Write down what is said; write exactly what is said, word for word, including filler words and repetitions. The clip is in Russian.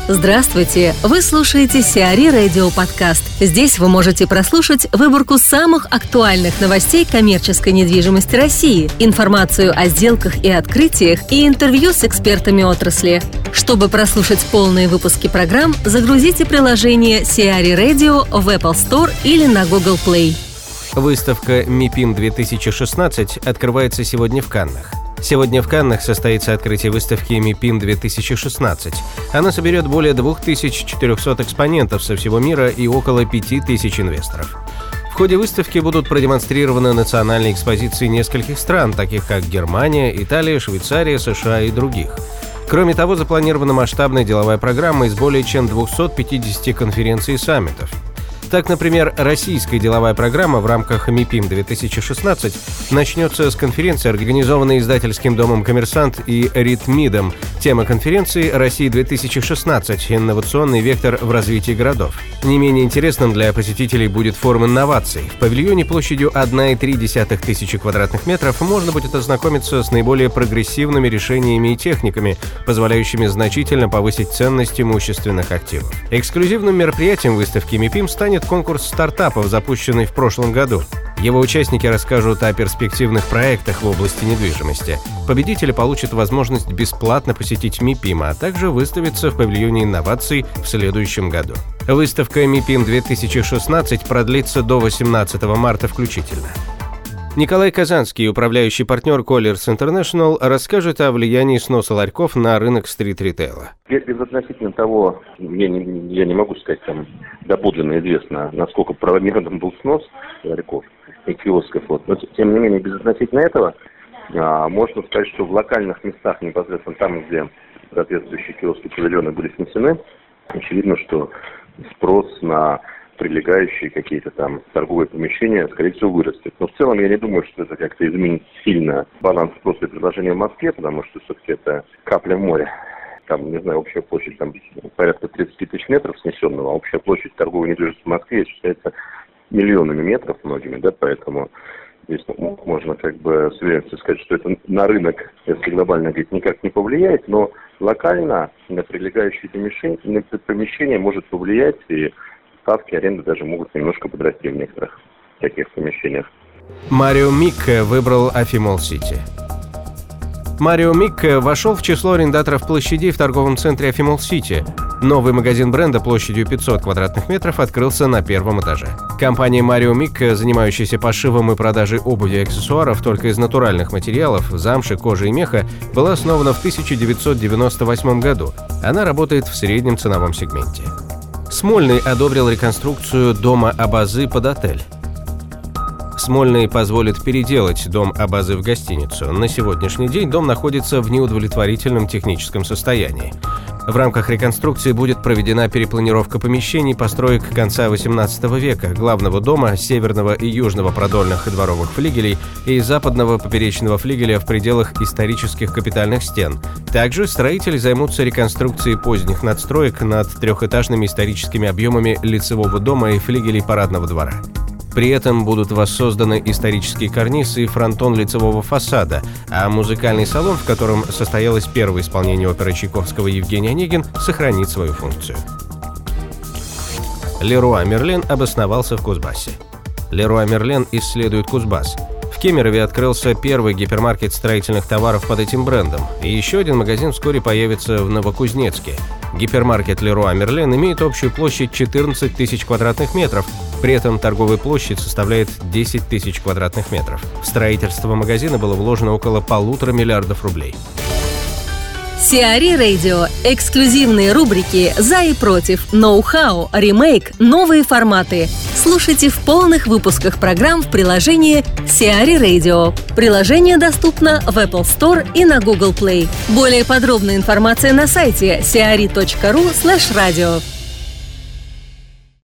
Здравствуйте! Вы слушаете Сиари Радио Подкаст. Здесь вы можете прослушать выборку самых актуальных новостей коммерческой недвижимости России, информацию о сделках и открытиях и интервью с экспертами отрасли. Чтобы прослушать полные выпуски программ, загрузите приложение Сиари Radio в Apple Store или на Google Play. Выставка MIPIM две тысячи шестнадцать открывается сегодня в Каннах. Сегодня в Каннах состоится открытие выставки MIPIM две тысячи шестнадцать. Она соберет более две тысячи четыреста экспонентов со всего мира и около пять тысяч инвесторов. В ходе выставки будут продемонстрированы национальные экспозиции нескольких стран, таких как Германия, Италия, Швейцария, США и других. Кроме того, запланирована масштабная деловая программа из более чем двухсот пятидесяти конференций и саммитов. Так, например, российская деловая программа в рамках MIPIM две тысячи шестнадцать начнется с конференции, организованной издательским домом «Коммерсант» и «Ритмидом». Тема конференции «Россия две тысячи шестнадцать. Инновационный вектор в развитии городов». Не менее интересным для посетителей будет форум инноваций. В павильоне площадью одна целая три десятых тысячи квадратных метров можно будет ознакомиться с наиболее прогрессивными решениями и техниками, позволяющими значительно повысить ценность имущественных активов. Эксклюзивным мероприятием выставки MIPIM станет конкурс стартапов, запущенный в прошлом году. Его участники расскажут о перспективных проектах в области недвижимости. Победители получат возможность бесплатно посетить MIPIM, а также выставиться в павильоне инноваций в следующем году. Выставка MIPIM две тысячи шестнадцать продлится до восемнадцатого марта включительно. Николай Казанский, управляющий партнер Colliers International, расскажет о влиянии сноса ларьков на рынок стрит-ритейла. Безотносительно того, я не, я не могу сказать там доподлинно известно, насколько правомерным был снос ларьков и киосков, вот. Но тем не менее, безотносительно этого, а, можно сказать, что в локальных местах, непосредственно там, где соответствующие киоски, павильоны были снесены, очевидно, что спрос на прилегающие какие-то там торговые помещения, скорее всего, вырастет. Но в целом я не думаю, что это как-то изменит сильно баланс спроса и предложения в Москве, потому что все-таки это капля в море. Там, не знаю, общая площадь там порядка тридцать тысяч метров снесенного, а общая площадь торговой недвижимости в Москве считается миллионами метров многими, да, поэтому здесь можно как бы с уверенностью сказать, что это на рынок, если глобально говорить, никак не повлияет, но локально на прилегающие помещения, помещения может повлиять, и ставки аренды даже могут немножко подрасти в некоторых таких помещениях. Марио Микко выбрал Афимолл Сити. Марио Микко вошел в число арендаторов площадей в торговом центре Афимолл Сити. Новый магазин бренда площадью пятьсот квадратных метров открылся на первом этаже. Компания Марио Микко, занимающаяся пошивом и продажей обуви и аксессуаров только из натуральных материалов, замши, кожи и меха, была основана в тысяча девятьсот девяносто восьмом году. Она работает в среднем ценовом сегменте. Смольный одобрил реконструкцию дома Абазы под отель. Смольный позволит переделать дом Абазы в гостиницу. На сегодняшний день дом находится в неудовлетворительном техническом состоянии. В рамках реконструкции будет проведена перепланировка помещений построек конца восемнадцатого века, главного дома, северного и южного продольных и дворовых флигелей и западного поперечного флигеля в пределах исторических капитальных стен. Также строители займутся реконструкцией поздних надстроек над трехэтажными историческими объемами лицевого дома и флигелей парадного двора. При этом будут воссозданы исторические карнизы и фронтон лицевого фасада, а музыкальный салон, в котором состоялось первое исполнение оперы Чайковского «Евгений Онегин», сохранит свою функцию. Леруа Мерлен обосновался в Кузбассе. Леруа Мерлен исследует Кузбасс. В Кемерове открылся первый гипермаркет строительных товаров под этим брендом, и еще один магазин вскоре появится в Новокузнецке. Гипермаркет Леруа Мерлен имеет общую площадь четырнадцать тысяч квадратных метров, при этом торговая площадь составляет десять тысяч квадратных метров. В строительство магазина было вложено около полутора миллиардов рублей. Сиари Radio. Эксклюзивные рубрики «За и против», «Ноу-хау», «Ремейк», «Новые форматы». Слушайте в полных выпусках программ в приложении Сиари Radio. Приложение доступно в Apple Store и на Google Play. Более подробная информация на сайте сиари точка ру слэш радио.